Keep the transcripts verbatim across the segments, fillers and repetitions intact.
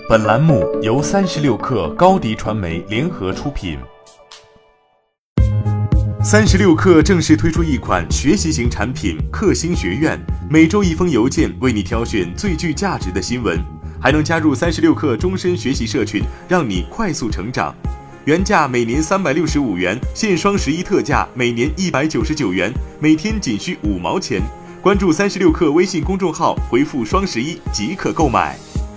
本栏目由三十六氪高迪传媒联合出品。三十六氪正式推出一款学习型产品克星学院，每周一封邮件为你挑选最具价值的新闻，还能加入三十六氪终身学习社群，让你快速成长。原价每年三百六十五元，现双十一特价每年一百九十九元，每天仅需五毛钱。关注三十六氪微信公众号，回复双十一即可购买。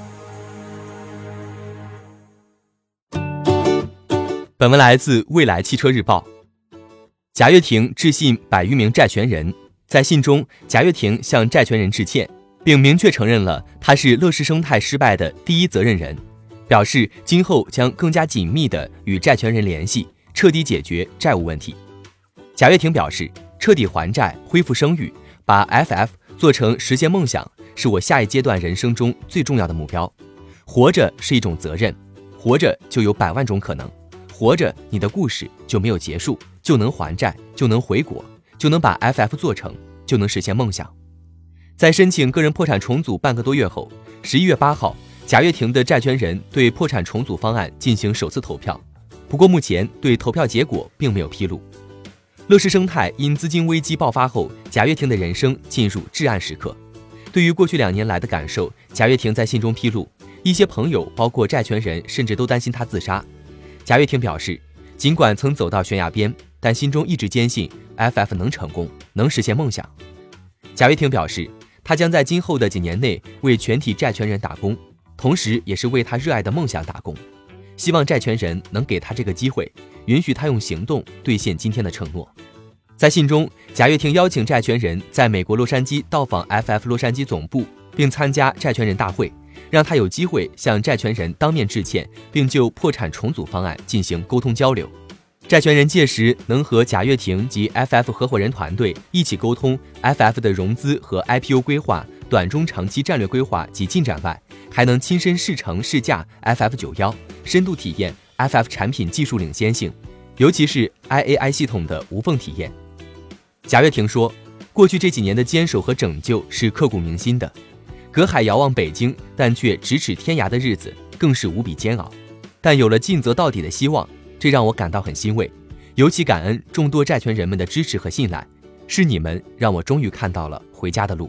本文来自未来汽车日报。贾跃亭致信百余名债权人，在信中，贾跃亭向债权人致歉，并明确承认了他是乐视生态失败的第一责任人，表示今后将更加紧密地与债权人联系，彻底解决债务问题。贾跃亭表示，彻底还债、恢复声誉，把 F F 做成实现梦想，是我下一阶段人生中最重要的目标。活着是一种责任，活着就有百万种可能，活着你的故事就没有结束，就能还债，就能回国，就能把 F F 做成，就能实现梦想。在申请个人破产重组半个多月后，十一月八号，贾跃亭的债权人对破产重组方案进行首次投票，不过目前对投票结果并没有披露。乐视生态因资金危机爆发后，贾跃亭的人生进入至暗时刻。对于过去两年来的感受，贾跃亭在信中披露，一些朋友包括债权人甚至都担心他自杀。贾跃亭表示，尽管曾走到悬崖边，但心中一直坚信 F F 能成功，能实现梦想。贾跃亭表示，他将在今后的几年内为全体债权人打工，同时也是为他热爱的梦想打工，希望债权人能给他这个机会，允许他用行动兑现今天的承诺。在信中，贾跃亭邀请债权人在美国洛杉矶到访 F F 洛杉矶总部，并参加债权人大会，让他有机会向债权人当面致歉，并就破产重组方案进行沟通交流。债权人届时能和贾跃亭及 F F 合伙人团队一起沟通 F F 的融资和 I P O 规划、短中长期战略规划及进展外，还能亲身试乘试驾 F F 九十一，深度体验 F F 产品技术领先性，尤其是 I A I 系统的无缝体验。贾跃亭说，过去这几年的坚守和拯救是刻骨铭心的，隔海遥望北京，但却咫尺天涯的日子更是无比煎熬，但有了尽责到底的希望，这让我感到很欣慰，尤其感恩众多债权人们的支持和信赖，是你们让我终于看到了回家的路。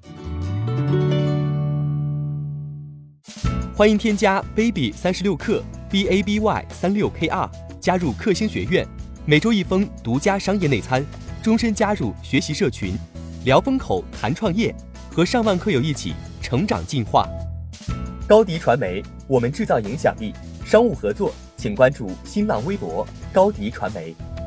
欢迎添加 baby 三十六克 B A B Y 三六 K R 加入克星学院，每周一封独家商业内参，终身加入学习社群，聊风口谈创业，和上万课友一起成长进化。高迪传媒，我们制造影响力。商务合作请关注新浪微博高迪传媒。